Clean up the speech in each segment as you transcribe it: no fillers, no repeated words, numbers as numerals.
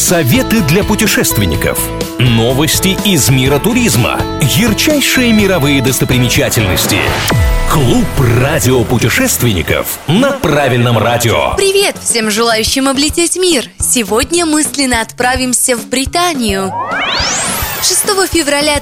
Советы для путешественников. Новости из мира туризма. Ярчайшие мировые достопримечательности. Клуб радиопутешественников на правильном радио. Привет всем желающим облететь мир! Сегодня мысленно отправимся в Британию. 6 февраля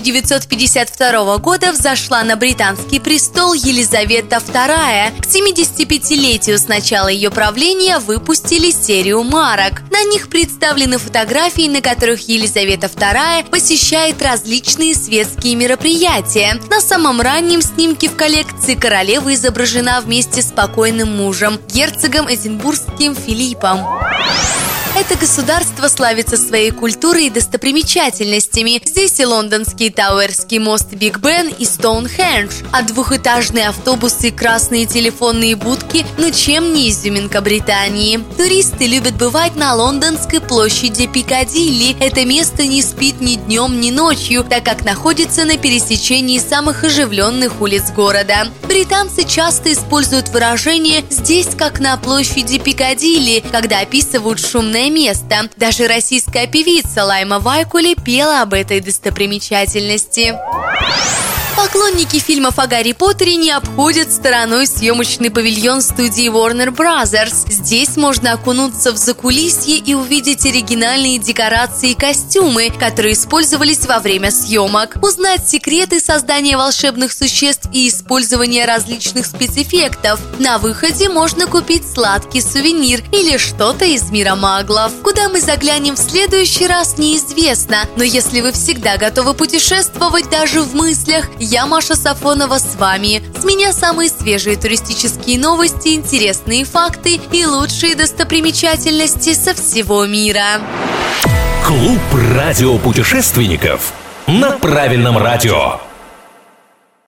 1952 года взошла на британский престол Елизавета II. К 75-летию с начала ее правления выпустили серию марок. На них представлены фотографии, на которых Елизавета II посещает различные светские мероприятия. На самом раннем снимке в коллекции королева изображена вместе с покойным мужем, герцогом Эдинбургским Филиппом. Это государство славится своей культурой и достопримечательностями. Здесь и лондонский Тауэрский мост Биг Бен и Стоунхендж, а двухэтажные автобусы и красные телефонные будки – чем не изюминка Британии. Туристы любят бывать на лондонской площади Пикадилли. Это место не спит ни днем, ни ночью, так как находится на пересечении самых оживленных улиц города. Британцы часто используют выражение «здесь как на площади Пикадилли», когда описывают шумное место. Даже российская певица Лайма Вайкуле пела об этой достопримечательности. Поклонники фильмов о Гарри Поттере не обходят стороной съемочный павильон студии Warner Brothers. Здесь можно окунуться в закулисье и увидеть оригинальные декорации и костюмы, которые использовались во время съемок. Узнать секреты создания волшебных существ и использования различных спецэффектов. На выходе можно купить сладкий сувенир или что-то из мира маглов. Куда мы заглянем в следующий раз, неизвестно. Но если вы всегда готовы путешествовать даже в мыслях, я, Маша Сафонова, с вами. С меня самые свежие туристические новости, интересные факты и лучшие достопримечательности со всего мира. Клуб радиопутешественников на правильном радио.